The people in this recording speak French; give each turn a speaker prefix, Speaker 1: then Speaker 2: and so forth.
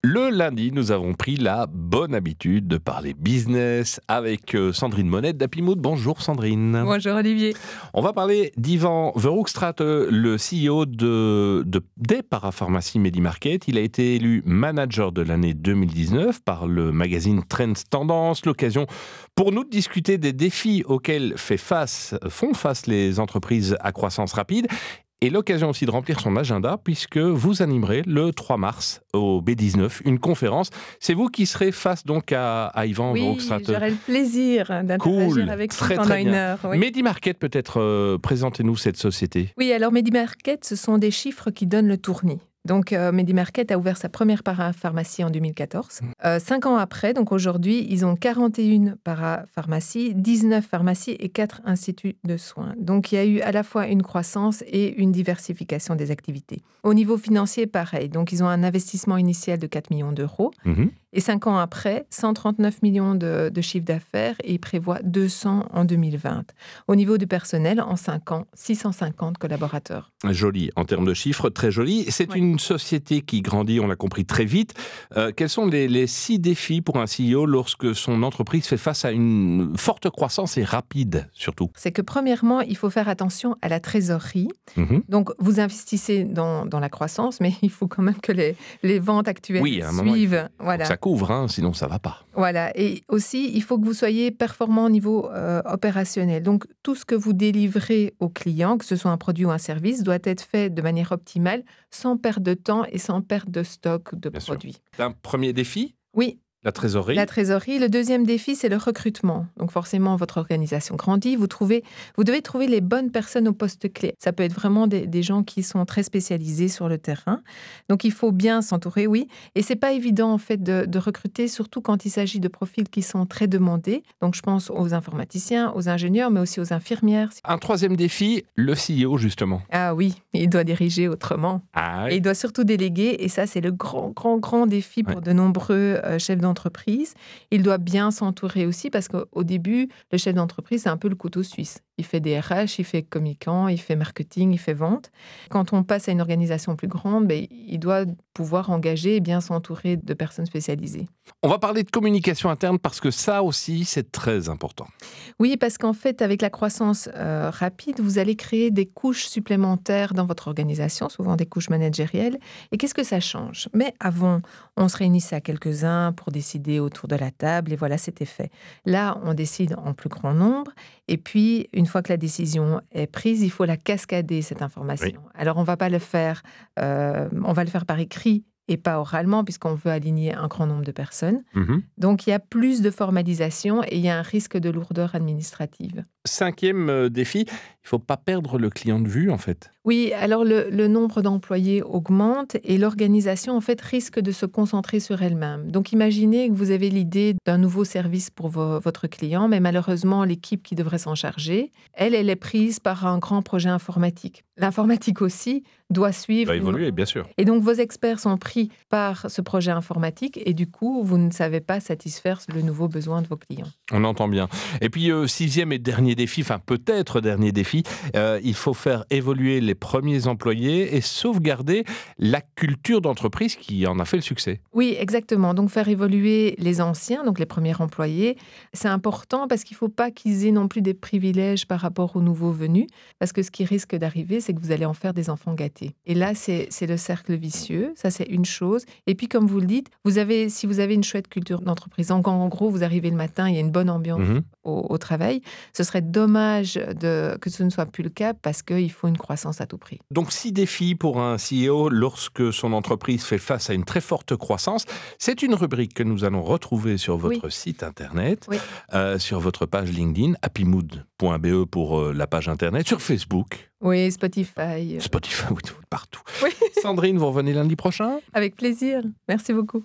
Speaker 1: Le lundi, nous avons pris la bonne habitude de parler business avec Sandrine Monette d'Happymood. Bonjour Sandrine.
Speaker 2: Bonjour Olivier.
Speaker 1: On va parler d'Ivan Verhoekstraat, le CEO des parapharmacies Medi-Market. Il a été élu manager de l'année 2019 par le magazine Trends Tendance. L'occasion pour nous de discuter des défis auxquels font face les entreprises à croissance rapide. Et l'occasion aussi de remplir son agenda puisque vous animerez le 3 mars au B19 une conférence. C'est vous qui serez face donc à Ivan Verhoekstraat.
Speaker 2: Oui, j'aurai le plaisir d'interagir avec vous pendant une heure. Oui.
Speaker 1: Medi-Market, peut-être, présentez-nous cette société.
Speaker 2: Oui, alors Medi-Market, ce sont des chiffres qui donnent le tournis. Donc, Medi-Market a ouvert sa première parapharmacie en 2014. 5 ans après, donc aujourd'hui, ils ont 41 parapharmacies, 19 pharmacies et 4 instituts de soins. Donc, il y a eu à la fois une croissance et une diversification des activités. Au niveau financier, pareil. Donc, ils ont un investissement initial de 4 millions d'euros. Et 5 ans après, 139 millions de chiffre d'affaires et ils prévoient 200 en 2020. Au niveau du personnel, en 5 ans, 650 collaborateurs.
Speaker 1: Joli, en termes de chiffres, très joli. C'est une société qui grandit, on l'a compris, très vite. Quels sont les 6 défis pour un CEO lorsque son entreprise fait face à une forte croissance et rapide, surtout?
Speaker 2: C'est que premièrement, il faut faire attention à la trésorerie. Donc, vous investissez dans la croissance, mais il faut quand même que les ventes actuelles suivent.
Speaker 1: Voilà. Ça couvre, sinon ça ne va pas.
Speaker 2: Voilà. Et aussi, il faut que vous soyez performant au niveau opérationnel. Donc, tout ce que vous délivrez aux clients, que ce soit un produit ou un service, doit être fait de manière optimale, sans perte de temps et sans perte de stock de produits.
Speaker 1: C'est un premier défi?
Speaker 2: Oui.
Speaker 1: La trésorerie.
Speaker 2: La trésorerie. Le deuxième défi, c'est le recrutement. Donc forcément, votre organisation grandit. Vous devez trouver les bonnes personnes au poste clé. Ça peut être vraiment des gens qui sont très spécialisés sur le terrain. Donc il faut bien s'entourer, oui. Et c'est pas évident en fait de recruter, surtout quand il s'agit de profils qui sont très demandés. Donc je pense aux informaticiens, aux ingénieurs, mais aussi aux infirmières.
Speaker 1: Un troisième défi, le CEO justement.
Speaker 2: Ah oui, il doit diriger autrement.
Speaker 1: Ah oui.
Speaker 2: Et il doit surtout déléguer. Et ça, c'est le grand défi pour de nombreux chefs d'entreprise. Il doit bien s'entourer aussi parce qu'au début, le chef d'entreprise, c'est un peu le couteau suisse. Il fait des RH, il fait communicant, il fait marketing, il fait vente. Quand on passe à une organisation plus grande, il doit pouvoir engager et bien s'entourer de personnes spécialisées.
Speaker 1: On va parler de communication interne parce que ça aussi, c'est très important.
Speaker 2: Oui, parce qu'en fait, avec la croissance rapide, vous allez créer des couches supplémentaires dans votre organisation, souvent des couches managérielles. Et qu'est-ce que ça change? Mais avant, on se réunissait à quelques-uns pour décider autour de la table et voilà, c'était fait. Là, on décide en plus grand nombre. Et puis, une fois que la décision est prise, il faut la cascader, cette information. Oui. Alors, on va pas le faire, on va le faire par écrit et pas oralement, puisqu'on veut aligner un grand nombre de personnes. Donc, il y a plus de formalisation et il y a un risque de lourdeur administrative.
Speaker 1: 5e défi, il ne faut pas perdre le client de vue, en fait.
Speaker 2: Oui, alors le nombre d'employés augmente et l'organisation, en fait, risque de se concentrer sur elle-même. Donc, imaginez que vous avez l'idée d'un nouveau service pour votre client, mais malheureusement, l'équipe qui devrait s'en charger, elle est prise par un grand projet informatique. L'informatique aussi doit suivre.
Speaker 1: Doit évoluer, bien sûr.
Speaker 2: Et donc, vos experts sont pris par ce projet informatique et du coup, vous ne savez pas satisfaire le nouveau besoin de vos clients.
Speaker 1: On entend bien. Et puis, 6e et dernier défi, enfin peut-être dernier défi, il faut faire évoluer les premiers employés et sauvegarder la culture d'entreprise qui en a fait le succès.
Speaker 2: Oui, exactement. Donc, faire évoluer les anciens, donc les premiers employés, c'est important parce qu'il ne faut pas qu'ils aient non plus des privilèges par rapport aux nouveaux venus, parce que ce qui risque d'arriver, c'est que vous allez en faire des enfants gâtés. Et là, c'est le cercle vicieux, ça c'est une chose. Et puis, comme vous le dites, si vous avez une chouette culture d'entreprise, en gros, vous arrivez le matin, il y a une bonne ambiance au travail, ce serait dommage que ce ne soit plus le cas parce qu'il faut une croissance à tout prix.
Speaker 1: Donc 6 défis pour un CEO lorsque son entreprise fait face à une très forte croissance. C'est une rubrique que nous allons retrouver sur votre site internet, sur votre page LinkedIn, happymood.be pour la page internet, sur Facebook.
Speaker 2: Oui, Spotify.
Speaker 1: Spotify, oui, partout.
Speaker 2: Oui.
Speaker 1: Sandrine, vous revenez lundi prochain?
Speaker 2: Avec plaisir. Merci beaucoup.